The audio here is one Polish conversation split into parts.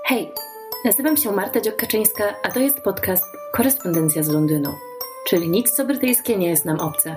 Hej, nazywam się Marta Dziokaczyńska, a to jest podcast Korespondencja z Londynu, czyli nic co brytyjskie nie jest nam obce.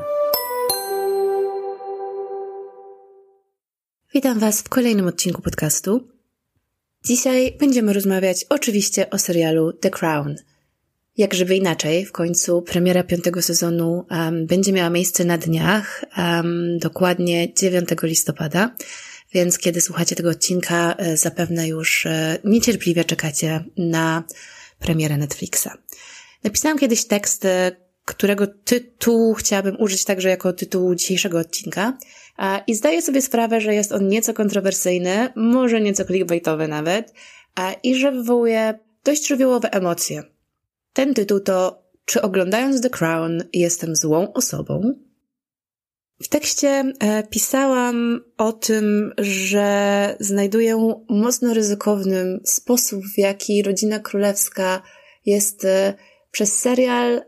Witam Was w kolejnym odcinku podcastu. Dzisiaj będziemy rozmawiać oczywiście o serialu The Crown. Jak żeby inaczej, w końcu premiera 5. sezonu będzie miała miejsce na dniach, dokładnie 9 listopada, więc kiedy słuchacie tego odcinka, zapewne już niecierpliwie czekacie na premierę Netflixa. Napisałam kiedyś tekst, którego tytuł chciałabym użyć także jako tytułu dzisiejszego odcinka i zdaję sobie sprawę, że jest on nieco kontrowersyjny, może nieco clickbaitowy nawet i że wywołuje dość żywiołowe emocje. Ten tytuł to Czy oglądając The Crown jestem złą osobą? W tekście pisałam o tym, że znajduję mocno ryzykowny sposób, w jaki rodzina królewska jest przez serial,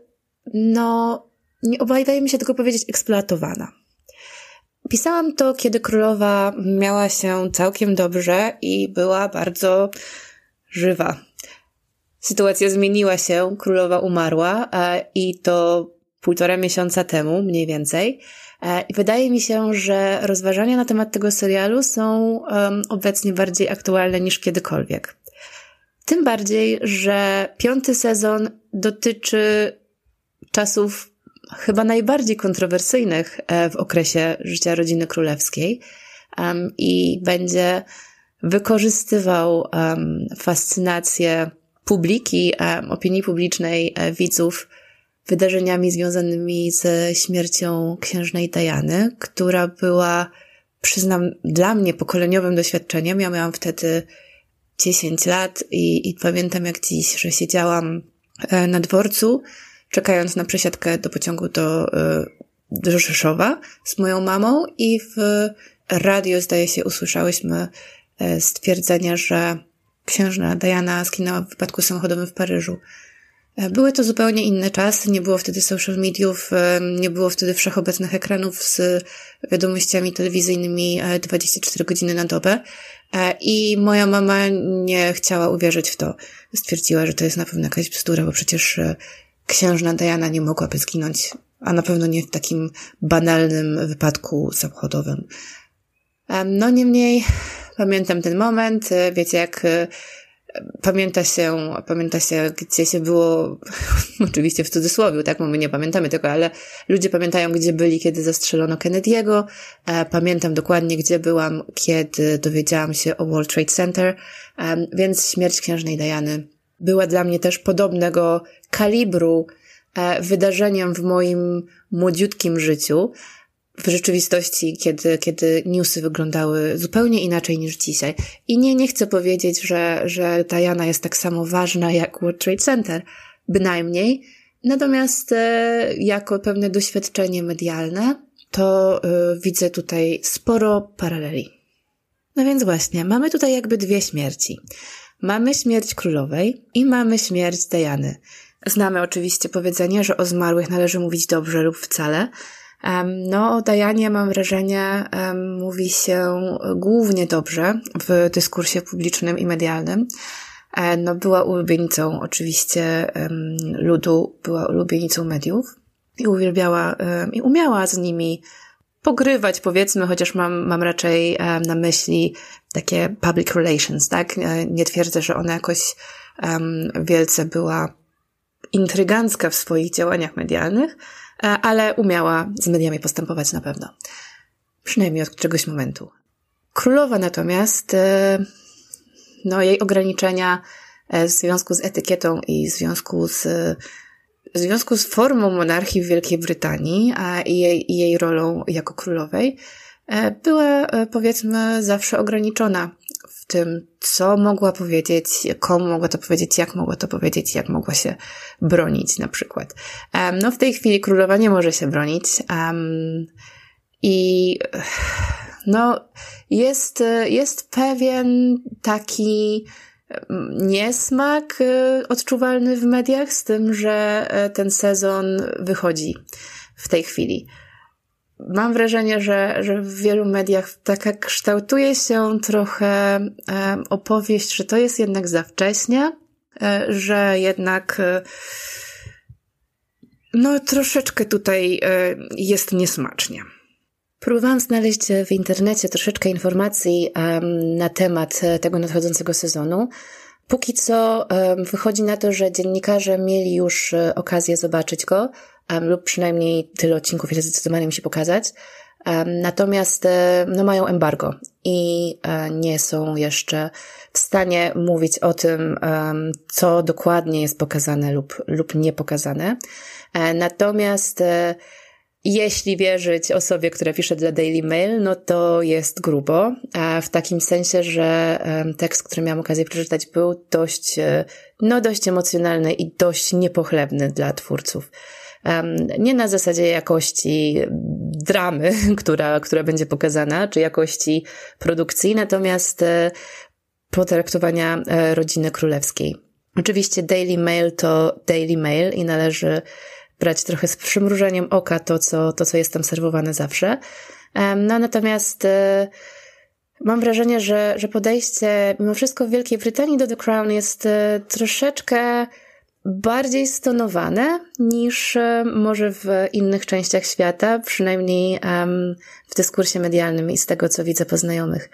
nie obawiajmy się tego powiedzieć, eksploatowana. Pisałam to, kiedy królowa miała się całkiem dobrze i była bardzo żywa. Sytuacja zmieniła się, królowa umarła i to 1,5 miesiąca temu, mniej więcej. I wydaje mi się, że rozważania na temat tego serialu są obecnie bardziej aktualne niż kiedykolwiek. Tym bardziej, że 5. sezon dotyczy czasów chyba najbardziej kontrowersyjnych w okresie życia rodziny królewskiej i będzie wykorzystywał fascynację publiki, opinii publicznej, widzów wydarzeniami związanymi ze śmiercią księżnej Diany, która była, przyznam, dla mnie pokoleniowym doświadczeniem. Ja miałam wtedy 10 lat i pamiętam jak dziś, że siedziałam na dworcu, czekając na przesiadkę do pociągu do Rzeszowa z moją mamą i w radiu, zdaje się, usłyszałyśmy stwierdzenia, że księżna Diana zginęła w wypadku samochodowym w Paryżu. Były to zupełnie inne czasy, nie było wtedy social mediów, nie było wtedy wszechobecnych ekranów z wiadomościami telewizyjnymi 24 godziny na dobę i moja mama nie chciała uwierzyć w to. Stwierdziła, że to jest na pewno jakaś bzdura, bo przecież księżna Diana nie mogłaby zginąć, a na pewno nie w takim banalnym wypadku samochodowym. Niemniej pamiętam ten moment, wiecie, jak pamięta się, gdzie się było, oczywiście w cudzysłowie, tak, bo my nie pamiętamy tego, ale ludzie pamiętają, gdzie byli, kiedy zastrzelono Kennedy'ego. Pamiętam dokładnie, gdzie byłam, kiedy dowiedziałam się o World Trade Center, więc śmierć księżnej Diany była dla mnie też podobnego kalibru wydarzeniem w moim młodziutkim życiu, w rzeczywistości, kiedy newsy wyglądały zupełnie inaczej niż dzisiaj. I nie chcę powiedzieć, że Diana jest tak samo ważna jak World Trade Center, bynajmniej. Natomiast jako pewne doświadczenie medialne, to widzę tutaj sporo paraleli. No więc właśnie, mamy tutaj jakby dwie śmierci. Mamy śmierć królowej i mamy śmierć Diany. Znamy oczywiście powiedzenie, że o zmarłych należy mówić dobrze lub wcale. O Dianie mam wrażenie mówi się głównie dobrze w dyskursie publicznym i medialnym. Była ulubienicą oczywiście ludu, była ulubienicą mediów i uwielbiała i umiała z nimi pogrywać, powiedzmy, chociaż mam raczej na myśli takie public relations, tak? Nie twierdzę, że ona jakoś wielce była intrygancka w swoich działaniach medialnych, ale umiała z mediami postępować na pewno. Przynajmniej od któregoś momentu. Królowa natomiast, jej ograniczenia w związku z etykietą i w związku z formą monarchii w Wielkiej Brytanii i jej rolą jako królowej, była, powiedzmy, zawsze ograniczona w tym, co mogła powiedzieć, komu mogła to powiedzieć, jak mogła się bronić na przykład. W tej chwili królowa nie może się bronić jest pewien taki niesmak odczuwalny w mediach z tym, że ten sezon wychodzi w tej chwili. mam wrażenie, że w wielu mediach taka kształtuje się trochę opowieść, że to jest jednak za wcześnie, że jednak no troszeczkę tutaj jest niesmacznie. Próbowałam znaleźć w internecie troszeczkę informacji na temat tego nadchodzącego sezonu. Póki co wychodzi na to, że dziennikarze mieli już okazję zobaczyć go, lub przynajmniej tyle odcinków, ile zdecydowali mi się pokazać. Natomiast no, mają embargo i nie są jeszcze w stanie mówić o tym, co dokładnie jest pokazane lub nie pokazane. Natomiast jeśli wierzyć osobie, która pisze dla Daily Mail, no to jest grubo, w takim sensie, że tekst, który miałam okazję przeczytać, był dość emocjonalny i dość niepochlebny dla twórców. Nie na zasadzie jakości dramy, która będzie pokazana, czy jakości produkcji, natomiast potraktowania rodziny królewskiej. Oczywiście Daily Mail to Daily Mail i należy brać trochę z przymrużeniem oka to, co jest tam serwowane zawsze. No natomiast mam wrażenie, że podejście mimo wszystko w Wielkiej Brytanii do The Crown jest troszeczkę bardziej stonowane niż może w innych częściach świata, przynajmniej w dyskursie medialnym i z tego, co widzę po znajomych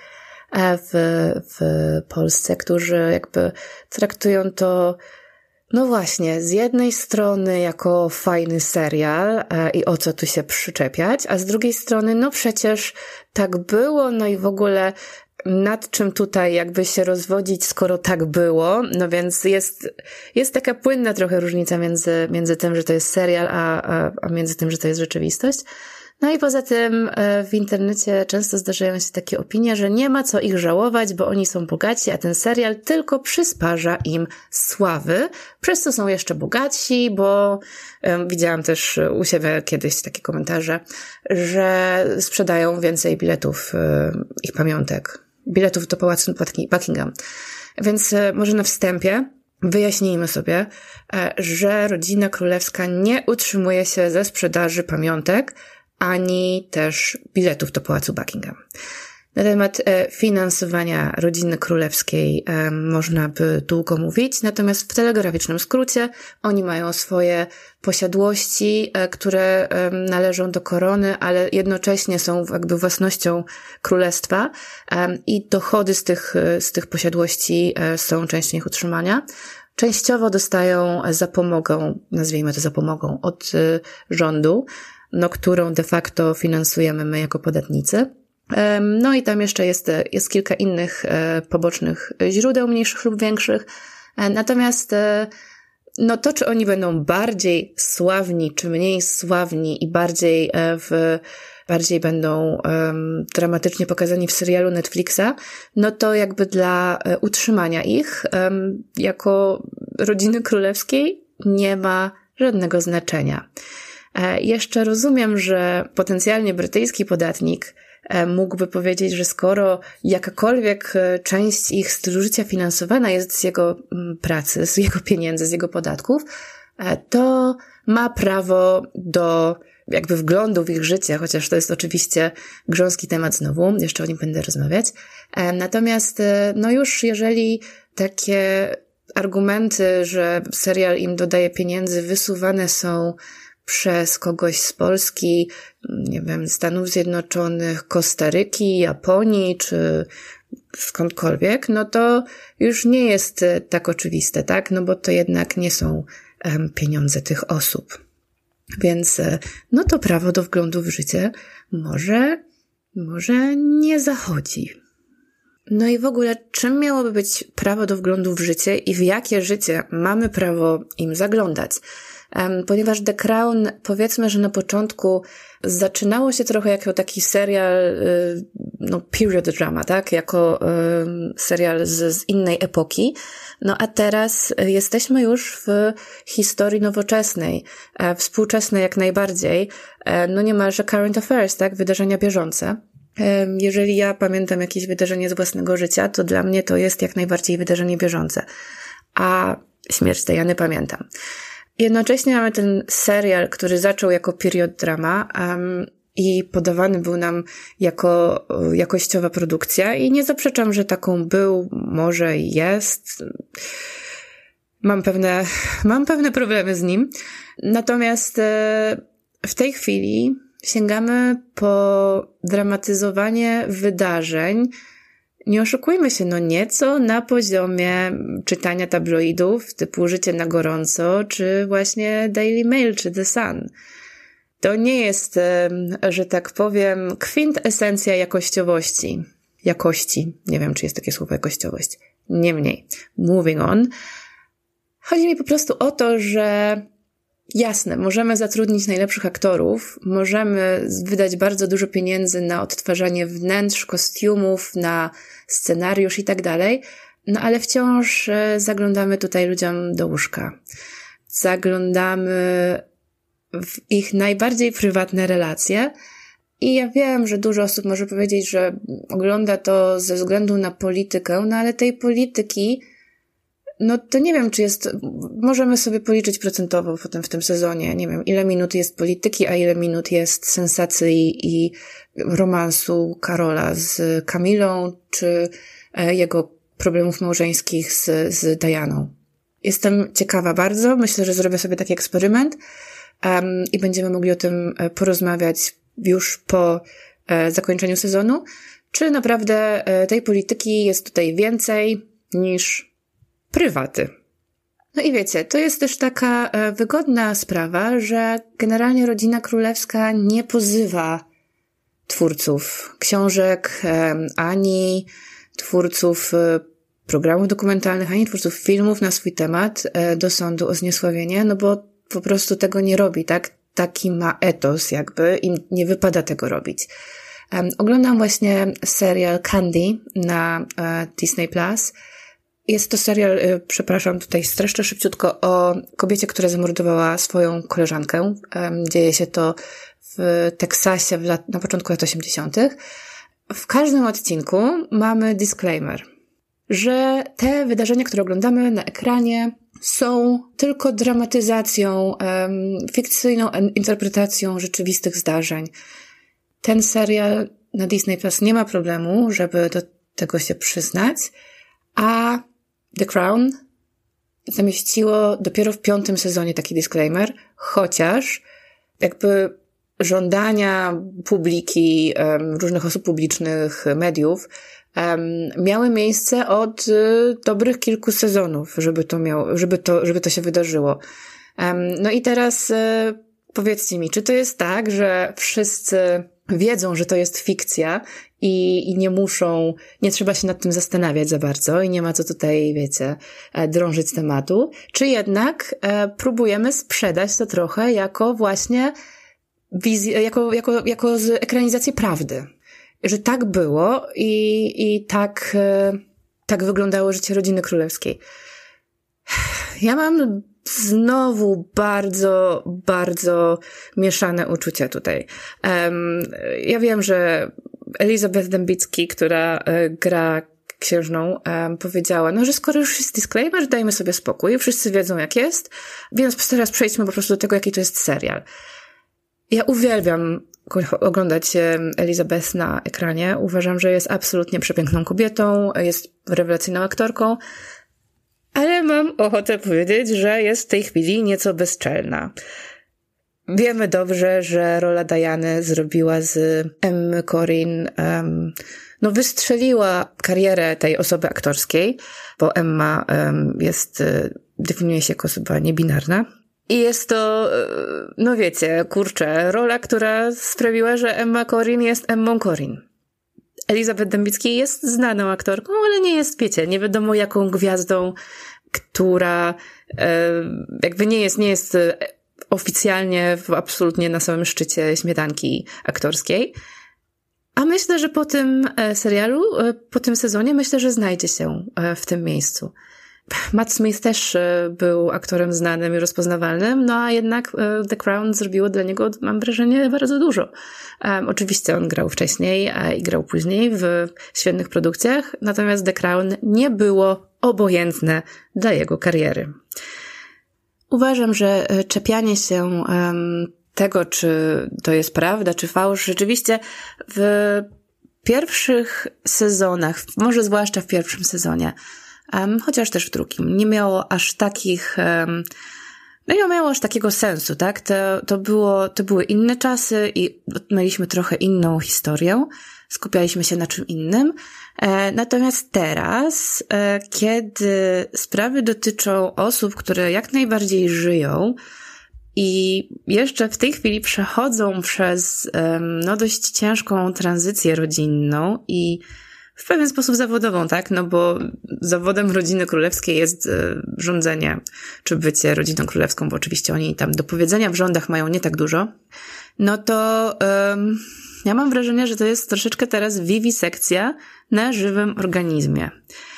w Polsce, którzy jakby traktują to no właśnie, z jednej strony jako fajny serial i o co tu się przyczepiać, a z drugiej strony no przecież tak było, no i w ogóle nad czym tutaj jakby się rozwodzić, skoro tak było, no więc jest taka płynna trochę różnica między tym, że to jest serial, a między tym, że to jest rzeczywistość. No i poza tym w internecie często zdarzają się takie opinie, że nie ma co ich żałować, bo oni są bogaci, a ten serial tylko przysparza im sławy, przez co są jeszcze bogatsi, bo widziałam też u siebie kiedyś takie komentarze, że sprzedają więcej biletów, ich pamiątek, biletów do pałacu Buckingham. Więc może na wstępie wyjaśnijmy sobie, że rodzina królewska nie utrzymuje się ze sprzedaży pamiątek, ani też biletów do pałacu Buckingham. Na temat finansowania rodziny królewskiej można by długo mówić, natomiast w telegraficznym skrócie oni mają swoje posiadłości, które należą do korony, ale jednocześnie są jakby własnością królestwa i dochody z tych posiadłości są częścią ich utrzymania. Częściowo dostają zapomogą, nazwijmy to zapomogą, od rządu, no, którą de facto finansujemy my jako podatnicy. No i tam jeszcze jest kilka innych pobocznych źródeł, mniejszych lub większych. Natomiast no to, czy oni będą bardziej sławni, czy mniej sławni i bardziej będą dramatycznie pokazani w serialu Netflixa, no to jakby dla utrzymania ich jako rodziny królewskiej nie ma żadnego znaczenia. Jeszcze rozumiem, że potencjalnie brytyjski podatnik mógłby powiedzieć, że skoro jakakolwiek część ich stylu życia finansowana jest z jego pracy, z jego pieniędzy, z jego podatków, to ma prawo do jakby wglądu w ich życie, chociaż to jest oczywiście grząski temat znowu, jeszcze o nim będę rozmawiać. Natomiast no już jeżeli takie argumenty, że serial im dodaje pieniędzy, wysuwane są przez kogoś z Polski, nie wiem, Stanów Zjednoczonych, Kostaryki, Japonii, czy skądkolwiek, no to już nie jest tak oczywiste, tak? No bo to jednak nie są pieniądze tych osób. Więc no to prawo do wglądu w życie może nie zachodzi. No i w ogóle czym miałoby być prawo do wglądu w życie i w jakie życie mamy prawo im zaglądać? Ponieważ The Crown, powiedzmy, że na początku zaczynało się trochę jako taki serial, no period drama, tak? Jako serial z innej epoki. No a teraz jesteśmy już w historii nowoczesnej, współczesnej jak najbardziej, no niemalże current affairs, tak? Wydarzenia bieżące. Jeżeli ja pamiętam jakieś wydarzenie z własnego życia, to dla mnie to jest jak najbardziej wydarzenie bieżące. A śmierć Diany pamiętam. Jednocześnie mamy ten serial, który zaczął jako period drama i podawany był nam jako jakościowa produkcja i nie zaprzeczam, że taką był, może i jest. Mam pewne problemy z nim. Natomiast w tej chwili sięgamy po dramatyzowanie wydarzeń. Nie oszukujmy się, nieco na poziomie czytania tabloidów typu Życie na gorąco, czy właśnie Daily Mail, czy The Sun. To nie jest, że tak powiem, kwintesencja jakości. Nie wiem, czy jest takie słowo jakościowość. Niemniej, moving on. Chodzi mi po prostu o to, że jasne, możemy zatrudnić najlepszych aktorów, możemy wydać bardzo dużo pieniędzy na odtwarzanie wnętrz, kostiumów, na scenariusz i tak dalej, ale wciąż zaglądamy tutaj ludziom do łóżka. Zaglądamy w ich najbardziej prywatne relacje i ja wiem, że dużo osób może powiedzieć, że ogląda to ze względu na politykę, ale tej polityki to nie wiem, czy jest, możemy sobie policzyć procentowo potem w tym sezonie, nie wiem, ile minut jest polityki, a ile minut jest sensacji i romansu Karola z Kamilą, czy jego problemów małżeńskich z Dianą. Jestem ciekawa bardzo, myślę, że zrobię sobie taki eksperyment i będziemy mogli o tym porozmawiać już po zakończeniu sezonu, czy naprawdę tej polityki jest tutaj więcej niż prywaty. I wiecie, to jest też taka wygodna sprawa, że generalnie rodzina królewska nie pozywa twórców książek, ani twórców programów dokumentalnych, ani twórców filmów na swój temat do sądu o zniesławienie, bo po prostu tego nie robi, tak? Taki ma etos jakby i nie wypada tego robić. Oglądam właśnie serial Candy na Disney+. Jest to serial, tutaj streszczę szybciutko, o kobiecie, która zamordowała swoją koleżankę. Dzieje się to w Teksasie na początku lat 80. W każdym odcinku mamy disclaimer, że te wydarzenia, które oglądamy na ekranie, są tylko dramatyzacją, fikcyjną interpretacją rzeczywistych zdarzeń. Ten serial na Disney Plus nie ma problemu, żeby do tego się przyznać, a The Crown zamieściło dopiero w 5. sezonie taki disclaimer, chociaż jakby żądania publiki, różnych osób publicznych, mediów, miały miejsce od dobrych kilku sezonów, żeby to się wydarzyło. I teraz powiedzcie mi, czy to jest tak, że wszyscy wiedzą, że to jest fikcja i nie trzeba się nad tym zastanawiać za bardzo i nie ma co tutaj, wiecie, drążyć tematu, czy jednak próbujemy sprzedać to trochę jako właśnie wizję, jako ekranizację prawdy. Że tak było i tak wyglądało życie rodziny królewskiej. Ja mam znowu bardzo, bardzo mieszane uczucia tutaj. Ja wiem, że Elizabeth Dębicki, która gra księżną, powiedziała, że skoro już jest disclaimer, dajmy sobie spokój, wszyscy wiedzą jak jest, więc teraz przejdźmy po prostu do tego, jaki to jest serial. Ja uwielbiam oglądać Elizabeth na ekranie. Uważam, że jest absolutnie przepiękną kobietą, jest rewelacyjną aktorką, ale mam ochotę powiedzieć, że jest w tej chwili nieco bezczelna. Wiemy dobrze, że rola Diany zrobiła z Emmy Corrin, wystrzeliła karierę tej osoby aktorskiej, bo Emma definiuje się jako osoba niebinarna. I jest to, wiecie, rola, która sprawiła, że Emma Corrin jest Emmą Corrin. Elizabeth Dębicki jest znaną aktorką, ale nie jest, wiecie, nie wiadomo jaką gwiazdą, która jakby nie jest oficjalnie absolutnie na samym szczycie śmietanki aktorskiej. A myślę, że po tym serialu, po tym sezonie, myślę, że znajdzie się w tym miejscu. Matt Smith też był aktorem znanym i rozpoznawalnym, a jednak The Crown zrobiło dla niego, mam wrażenie, bardzo dużo. Oczywiście on grał wcześniej i grał później w świetnych produkcjach, natomiast The Crown nie było obojętne dla jego kariery. Uważam, że czepianie się tego, czy to jest prawda, czy fałsz. Rzeczywiście w pierwszych sezonach, może zwłaszcza w pierwszym sezonie, chociaż też w drugim, nie miało aż takich, nie miało aż takiego sensu, tak? To były inne czasy i mieliśmy trochę inną historię, skupialiśmy się na czym innym. Natomiast teraz, kiedy sprawy dotyczą osób, które jak najbardziej żyją i jeszcze w tej chwili przechodzą przez dość ciężką tranzycję rodzinną i w pewien sposób zawodową, tak? No bo zawodem rodziny królewskiej jest rządzenie, czy bycie rodziną królewską, bo oczywiście oni tam do powiedzenia w rządach mają nie tak dużo. No to ja mam wrażenie, że to jest troszeczkę teraz wiwisekcja na żywym organizmie.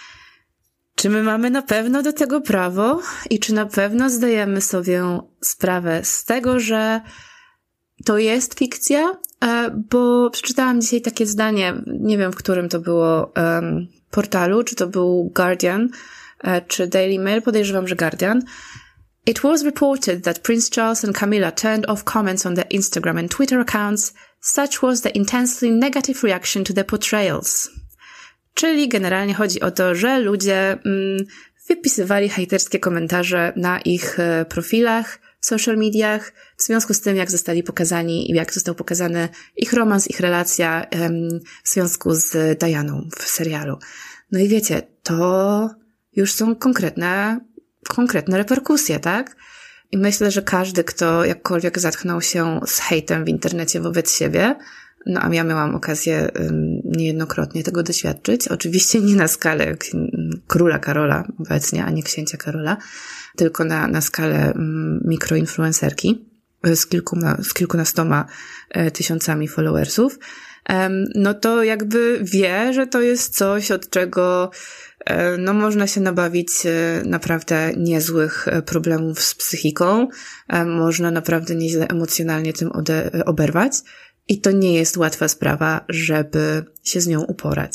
Czy my mamy na pewno do tego prawo i czy na pewno zdajemy sobie sprawę z tego, że to jest fikcja? Bo przeczytałam dzisiaj takie zdanie, nie wiem w którym to było portalu, czy to był Guardian, czy Daily Mail, podejrzewam, że Guardian. It was reported that Prince Charles and Camilla turned off comments on their Instagram and Twitter accounts. Such was the intensely negative reaction to the portrayals. Czyli generalnie chodzi o to, że ludzie wypisywali hejterskie komentarze na ich profilach, w social mediach, w związku z tym, jak zostali pokazani i jak został pokazany ich romans, ich relacja w związku z Dianą w serialu. No i wiecie, to już są konkretne reperkusje, tak? I myślę, że każdy, kto jakkolwiek zatknął się z hejtem w internecie wobec siebie, no a ja miałam okazję niejednokrotnie tego doświadczyć, oczywiście nie na skalę króla Karola obecnie, a nie księcia Karola, tylko na skalę mikroinfluencerki z kilkunastoma tysiącami followersów, no to jakby wie, że to jest coś, od czego no można się nabawić naprawdę niezłych problemów z psychiką, można naprawdę nieźle emocjonalnie tym oberwać i to nie jest łatwa sprawa, żeby się z nią uporać.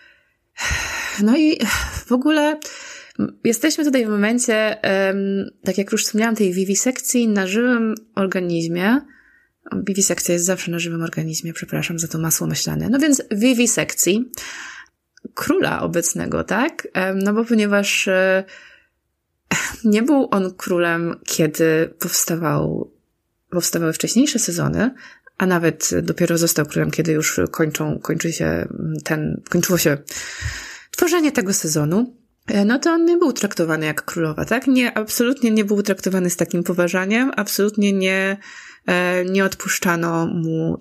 No i w ogóle jesteśmy tutaj w momencie, tak jak już wspomniałam, tej wiwisekcji na żywym organizmie. Wiwisekcja jest zawsze na żywym organizmie, przepraszam za to masło myślane. No więc wiwisekcji króla obecnego, tak? No bo ponieważ nie był on królem, kiedy powstawały wcześniejsze sezony, a nawet dopiero został królem, kiedy już kończyło się tworzenie tego sezonu, no to on nie był traktowany jak królowa, tak? Absolutnie nie był traktowany z takim poważaniem, absolutnie nie odpuszczano mu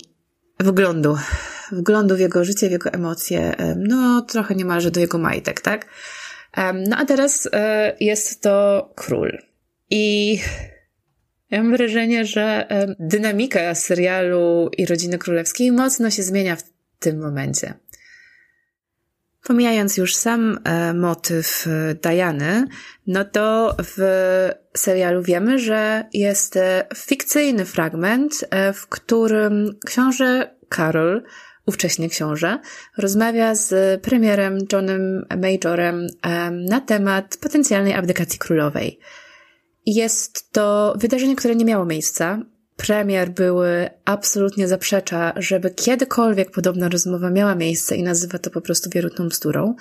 wglądu w jego życie, w jego emocje, no trochę niemalże do jego majtek, tak? No a teraz jest to król. I ja mam wrażenie, że dynamika serialu i rodziny królewskiej mocno się zmienia w tym momencie. Pomijając już sam motyw Diany, no to w serialu wiemy, że jest fikcyjny fragment, w którym książę Karol, ówcześnie książę, rozmawia z premierem Johnem Majorem na temat potencjalnej abdykacji królowej. Jest to wydarzenie, które nie miało miejsca. Premier były absolutnie zaprzecza, żeby kiedykolwiek podobna rozmowa miała miejsce i nazywa to po prostu wierutną bzdurą.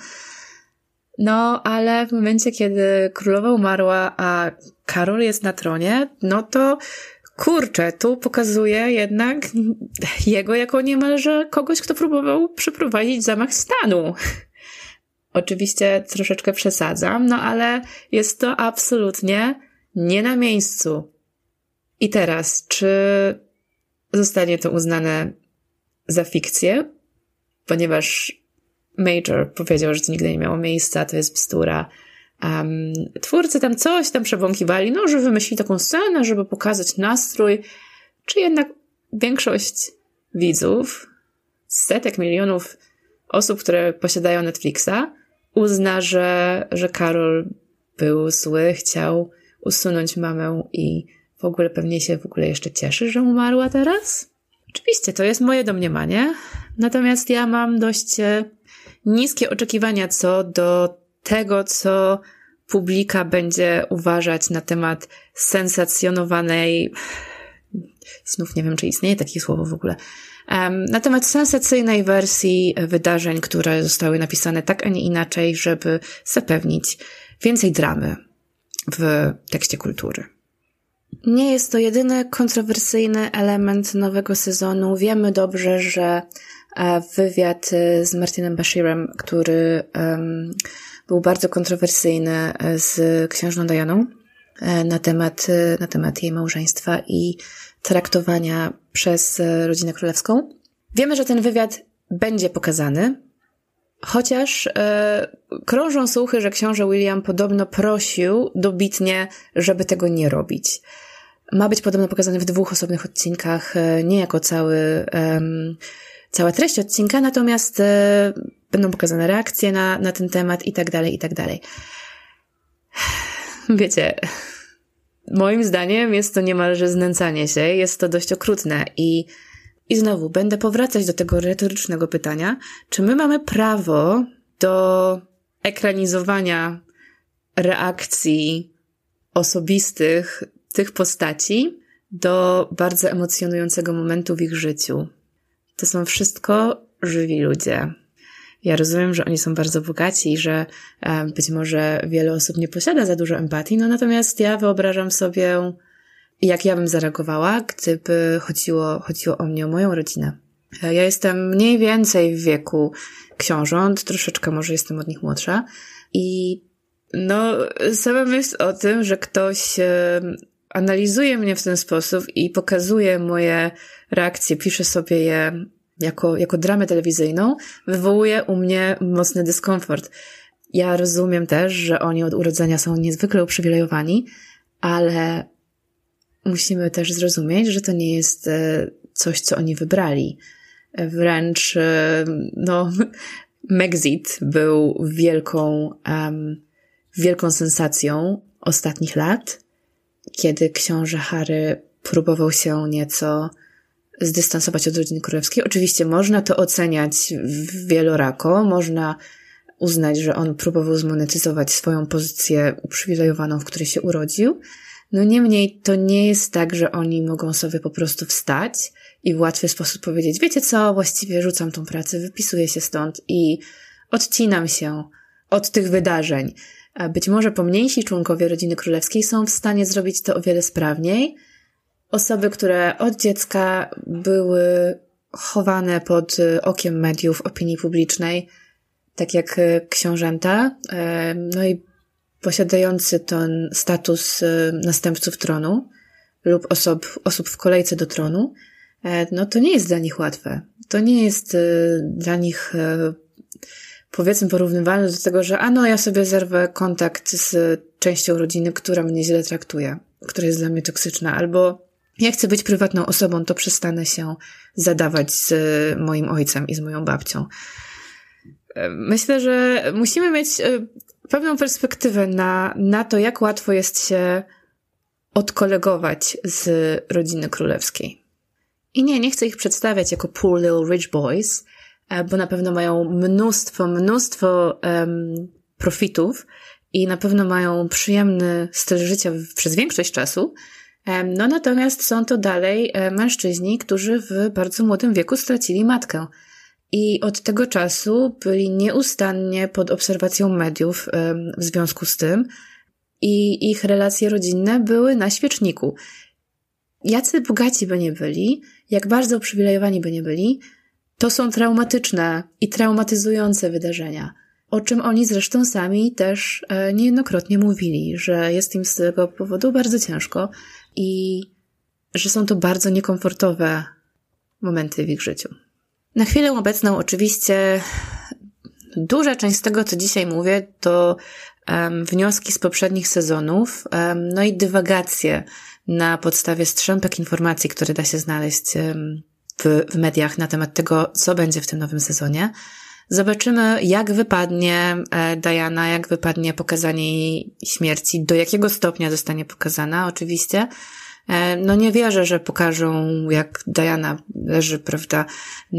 No, ale w momencie, kiedy królowa umarła, a Karol jest na tronie, no to kurczę, tu pokazuje jednak jego jako niemalże kogoś, kto próbował przeprowadzić zamach stanu. Oczywiście troszeczkę przesadzam, no ale jest to absolutnie nie na miejscu. I teraz, czy zostanie to uznane za fikcję? Ponieważ Major powiedział, że to nigdy nie miało miejsca, to jest bzdura. Twórcy tam coś przebąkiwali, no, że wymyślili taką scenę, żeby pokazać nastrój, czy jednak większość widzów, setek milionów osób, które posiadają Netflixa, uzna, że Karol był zły, chciał usunąć mamę i w ogóle pewnie się jeszcze cieszy, że umarła teraz? Oczywiście, to jest moje domniemanie, natomiast ja mam dość niskie oczekiwania co do tego, co publika będzie uważać na temat sensacjonowanej, Znów nie wiem, czy istnieje takie słowo w ogóle. Na temat sensacyjnej wersji wydarzeń, które zostały napisane tak, a nie inaczej, żeby zapewnić więcej dramy w tekście kultury. Nie jest to jedyny kontrowersyjny element nowego sezonu. Wiemy dobrze, że wywiad z Martinem Bashirem, który był bardzo kontrowersyjny z księżną Dianą na temat jej małżeństwa i traktowania przez rodzinę królewską. Wiemy, że ten wywiad będzie pokazany, chociaż krążą słuchy, że książę William podobno prosił dobitnie, żeby tego nie robić. Ma być podobno pokazany w 2 osobnych odcinkach, nie jako cała treść odcinka, natomiast będą pokazane reakcje na ten temat i tak dalej, i tak dalej. Wiecie, moim zdaniem jest to niemalże znęcanie się, jest to dość okrutne i znowu będę powracać do tego retorycznego pytania, czy my mamy prawo do ekranizowania reakcji osobistych tych postaci do bardzo emocjonującego momentu w ich życiu. To są wszystko żywi ludzie. Ja rozumiem, że oni są bardzo bogaci i że być może wiele osób nie posiada za dużo empatii, no natomiast ja wyobrażam sobie, jak ja bym zareagowała, gdyby chodziło o mnie, o moją rodzinę. Ja jestem mniej więcej w wieku książąt, troszeczkę może jestem od nich młodsza i sama myśl o tym, że ktoś analizuje mnie w ten sposób i pokazuje moje reakcje, pisze sobie je jako dramę telewizyjną, wywołuje u mnie mocny dyskomfort. Ja rozumiem też, że oni od urodzenia są niezwykle uprzywilejowani, ale musimy też zrozumieć, że to nie jest coś, co oni wybrali. Wręcz, Megxit był wielką sensacją ostatnich lat, kiedy książę Harry próbował się nieco zdystansować od rodziny królewskiej. Oczywiście można to oceniać wielorako, można uznać, że on próbował zmonetyzować swoją pozycję uprzywilejowaną, w której się urodził. No niemniej to nie jest tak, że oni mogą sobie po prostu wstać i w łatwy sposób powiedzieć, wiecie co, właściwie rzucam tą pracę, wypisuję się stąd i odcinam się od tych wydarzeń. Być może pomniejsi członkowie rodziny królewskiej są w stanie zrobić to o wiele sprawniej. Osoby, które od dziecka były chowane pod okiem mediów, opinii publicznej, tak jak książęta, i posiadający ten status następców tronu lub osób w kolejce do tronu, to nie jest dla nich łatwe. To nie jest dla nich, powiedzmy, porównywalne do tego, że ja sobie zerwę kontakt z częścią rodziny, która mnie źle traktuje, która jest dla mnie toksyczna, albo ja chcę być prywatną osobą, to przestanę się zadawać z moim ojcem i z moją babcią. Myślę, że musimy mieć pewną perspektywę na to, jak łatwo jest się odkolegować z rodziny królewskiej. I nie chcę ich przedstawiać jako poor little rich boys, bo na pewno mają mnóstwo profitów i na pewno mają przyjemny styl życia przez większość czasu. Natomiast są to dalej mężczyźni, którzy w bardzo młodym wieku stracili matkę. I od tego czasu byli nieustannie pod obserwacją mediów w związku z tym i ich relacje rodzinne były na świeczniku. Jacy bogaci by nie byli, jak bardzo uprzywilejowani by nie byli, to są traumatyczne i traumatyzujące wydarzenia, o czym oni zresztą sami też niejednokrotnie mówili, że jest im z tego powodu bardzo ciężko i że są to bardzo niekomfortowe momenty w ich życiu. Na chwilę obecną oczywiście duża część z tego, co dzisiaj mówię, to wnioski z poprzednich sezonów, i dywagacje na podstawie strzępek informacji, które da się znaleźć w mediach na temat tego, co będzie w tym nowym sezonie. Zobaczymy, jak wypadnie Diana, jak wypadnie pokazanie jej śmierci, do jakiego stopnia zostanie pokazana oczywiście. Nie wierzę, że pokażą, jak Diana leży, prawda,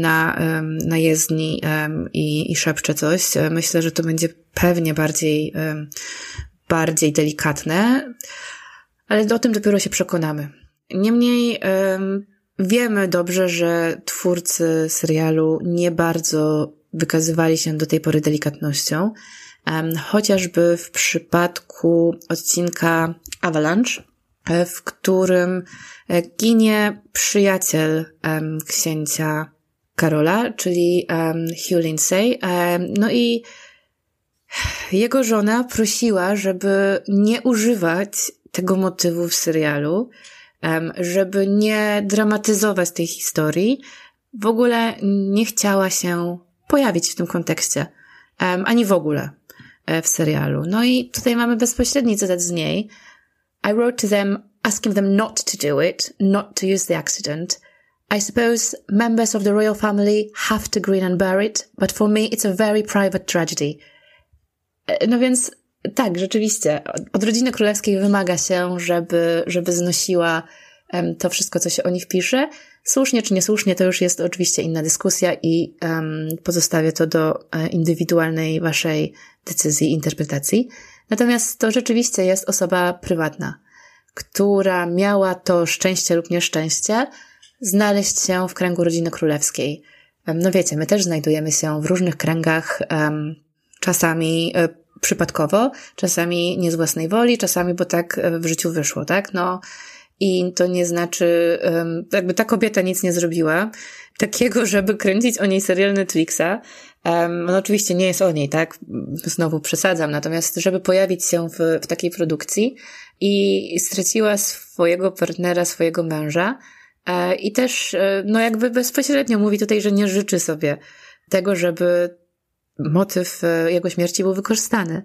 na jezdni i szepcze coś. Myślę, że to będzie pewnie bardziej delikatne, ale o tym dopiero się przekonamy. Niemniej wiemy dobrze, że twórcy serialu nie bardzo wykazywali się do tej pory delikatnością. Chociażby w przypadku odcinka Avalanche, w którym ginie przyjaciel księcia Karola, czyli Hugh Lindsay. No i jego żona prosiła, żeby nie używać tego motywu w serialu, żeby nie dramatyzować tej historii. W ogóle nie chciała się pojawić w tym kontekście, ani w ogóle w serialu. No i tutaj mamy bezpośredni cytat z niej. I wrote to them asking them not to do it, not to use the accident. I suppose members of the royal family have to grin and bear it, but for me it's a very private tragedy. No więc tak, rzeczywiście, od rodziny królewskiej wymaga się, żeby znosiła to wszystko, co się o nich pisze. Słusznie czy niesłusznie, to już jest oczywiście inna dyskusja i pozostawię to do indywidualnej waszej decyzji, interpretacji. Natomiast to rzeczywiście jest osoba prywatna, która miała to szczęście lub nieszczęście znaleźć się w kręgu rodziny królewskiej. No wiecie, my też znajdujemy się w różnych kręgach, czasami przypadkowo, czasami nie z własnej woli, czasami bo tak w życiu wyszło, tak? No i to nie znaczy, jakby ta kobieta nic nie zrobiła takiego, żeby kręcić o niej serial Netflixa. No oczywiście nie jest o niej, tak? Znowu przesadzam, natomiast żeby pojawić się w takiej produkcji i straciła swojego partnera, swojego męża i też, no jakby bezpośrednio mówi tutaj, że nie życzy sobie tego, żeby motyw jego śmierci był wykorzystany.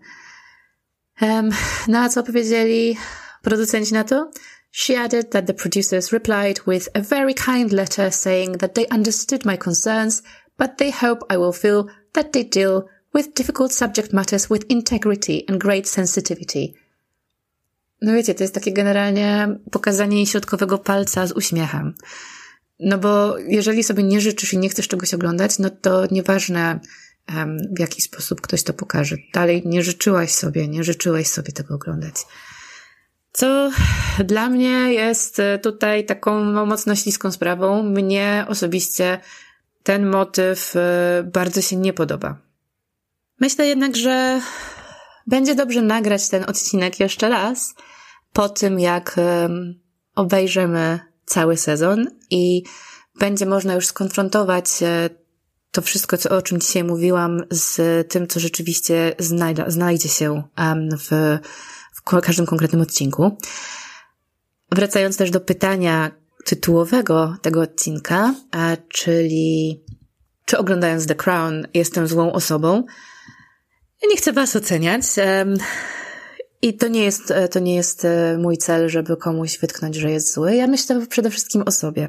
No a co powiedzieli producenci na to? She added that the producers replied with a very kind letter saying that they understood my concerns, but they hope I will feel that they deal with difficult subject matters with integrity and great sensitivity. No wiecie, to jest takie generalnie pokazanie jej środkowego palca z uśmiechem. No bo jeżeli sobie nie życzysz i nie chcesz czegoś oglądać, no to nieważne w jaki sposób ktoś to pokaże. Dalej nie życzyłeś sobie tego oglądać. Co dla mnie jest tutaj taką mocno śliską sprawą. Mnie osobiście ten motyw bardzo się nie podoba. Myślę jednak, że będzie dobrze nagrać ten odcinek jeszcze raz po tym, jak obejrzymy cały sezon i będzie można już skonfrontować to wszystko, o czym dzisiaj mówiłam, z tym, co rzeczywiście znajdzie się w każdym konkretnym odcinku. Wracając też do pytania tytułowego tego odcinka, czyli czy oglądając The Crown jestem złą osobą? Ja nie chcę was oceniać i to nie jest mój cel, żeby komuś wytknąć, że jest zły. Ja myślę przede wszystkim o sobie.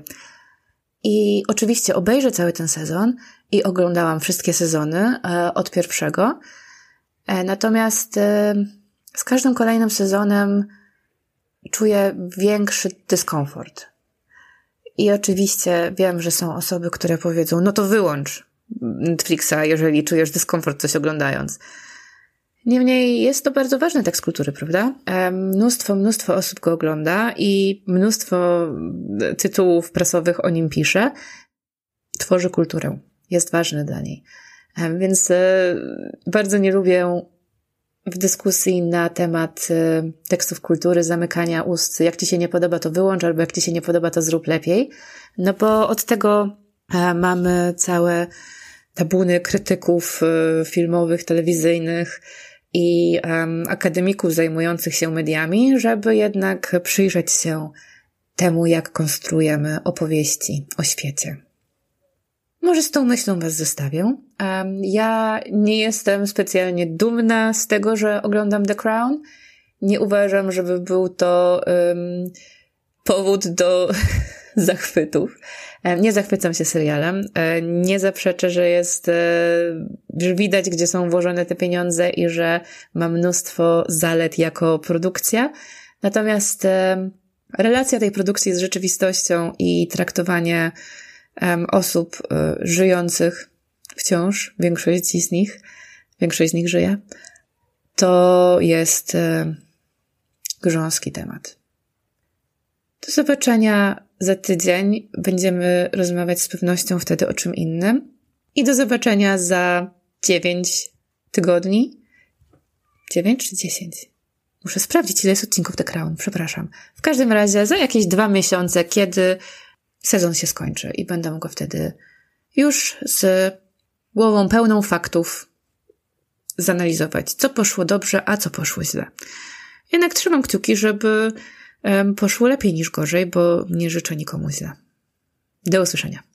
I oczywiście obejrzę cały ten sezon i oglądałam wszystkie sezony od pierwszego. Natomiast z każdym kolejnym sezonem czuję większy dyskomfort. I oczywiście wiem, że są osoby, które powiedzą, no to wyłącz Netflixa, jeżeli czujesz dyskomfort coś oglądając. Niemniej jest to bardzo ważny tekst kultury, prawda? Mnóstwo osób go ogląda i mnóstwo tytułów prasowych o nim pisze. Tworzy kulturę. Jest ważny dla niej. Więc bardzo nie lubię w dyskusji na temat tekstów kultury zamykania ust. Jak ci się nie podoba, to wyłącz, albo jak ci się nie podoba, to zrób lepiej. No bo od tego mamy całe tabuny krytyków filmowych, telewizyjnych i akademików zajmujących się mediami, żeby jednak przyjrzeć się temu, jak konstruujemy opowieści o świecie. Może z tą myślą was zostawię. Ja nie jestem specjalnie dumna z tego, że oglądam The Crown. Nie uważam, żeby był to powód do zachwytów. Nie zachwycam się serialem. Nie zaprzeczę, że widać, gdzie są włożone te pieniądze i że ma mnóstwo zalet jako produkcja. Natomiast relacja tej produkcji z rzeczywistością i traktowanie osób żyjących wciąż, większość z nich żyje, to jest grząski temat. Do zobaczenia za tydzień. Będziemy rozmawiać z pewnością wtedy o czym innym. I do zobaczenia za 9 tygodni. 9 czy 10? Muszę sprawdzić, ile jest odcinków The Crown. Przepraszam. W każdym razie za jakieś 2 miesiące, kiedy sezon się skończy i będę mogła wtedy już z głową pełną faktów zanalizować, co poszło dobrze, a co poszło źle. Jednak trzymam kciuki, żeby poszło lepiej niż gorzej, bo nie życzę nikomu źle. Do usłyszenia.